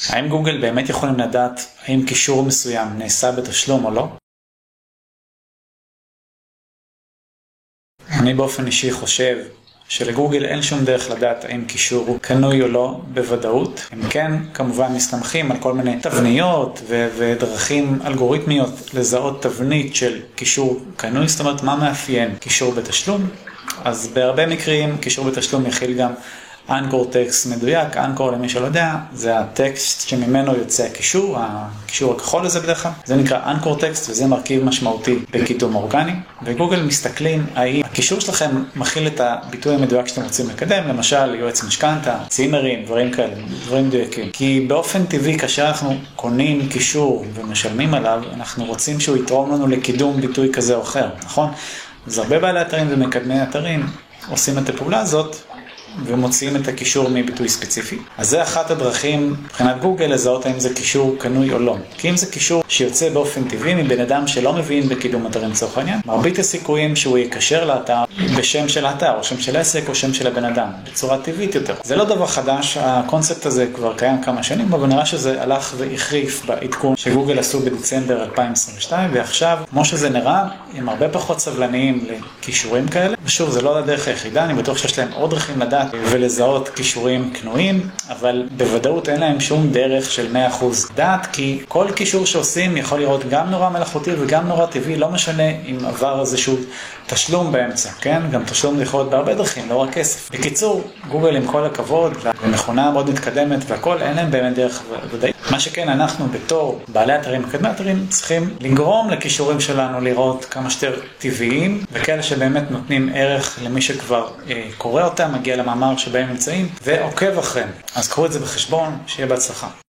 האם גוגל באמת יכולים לדעת האם קישור מסוים נעשה בתשלום או לא? אני באופן אישי חושב שלגוגל אין שום דרך לדעת האם קישור הוא קנוי או לא בוודאות. הם כן כמובן מסתמכים על כל מיני תבניות ודרכים אלגוריתמיות לזהות תבנית של קישור קנוי, זאת אומרת מה מאפיין קישור בתשלום. אז בהרבה מקרים קישור בתשלום יכיל גם אנקור טקסט מדויק. אנקור, למי שלא יודע, זה הטקסט שממנו יוצא הקישור, הקישור הכחול הזה בדרך כלל. זה נקרא אנקור טקסט וזה מרכיב משמעותי בקידום אורגני. וגוגל מסתכלים האם הקישור שלכם מכיל את הביטוי המדויק שאתם רוצים לקדם, למשל יועץ משכנתא, צימרים, דברים כאלה, דברים מדויקים. כי באופן טבעי כאשר אנחנו קונים קישור ומשלמים עליו, אנחנו רוצים שהוא יתרום לנו לקידום ביטוי כזה או אחר, נכון? אז הרבה בעלי אתרים ומקדמי אתרים עושים את הפעולה הזאת ומוציאים את הקישור מביטוי ספציפי. אז זה אחת הדרכים מבחינת גוגל לזהות האם זה קישור קנוי או לא. כי אם זה קישור שיוצא באופן טבעי מבן אדם שלא מבין בקידום אתרים לצורך העניין, מרבית הסיכויים שהוא יקשר לאתר בשם של האתר, או שם של עסק, או שם של הבן אדם, בצורה טבעית יותר. זה לא דבר חדש, הקונספט הזה כבר קיים כמה שנים, אבל נראה שזה הלך והחריף בעדכון שגוגל עשו בדצמבר 2022, ועכשיו, כמו שזה נראה, הם הרבה פחות סבלניים לקישורים כאלה. ושוב, זה לא הדרך היחידה, אני בטוח שיש להם עוד דרכים לדעת ולזהות קישורים קנויים, אבל בוודאות אין להם שום דרך של 100% דעת, כי כל קישור שעושים יכול לראות גם נורא מלאכותי וגם נורא טבעי, לא משנה אם עבר איזשהו תשלום באמצע, כן? גם תשלום יכול להיות בהרבה דרכים, לא רק כסף. בקיצור, גוגל עם כל הכבוד, ומכונה מאוד מתקדמת והכל, אין להם באמת דרך ודאית. מה שכן, אנחנו בתור בעלי אתרים מקדמי אתרים צריכים לגרום לקישורים שלנו לראות כמה שיותר טבעיים, וכאלה שבאמת נותנים ערך למי שכבר קורא אותם, מגיע למאמר שבהם נמצאים, ועוקב אחריהם. אז קחו את זה בחשבון, שיהיה בהצלחה.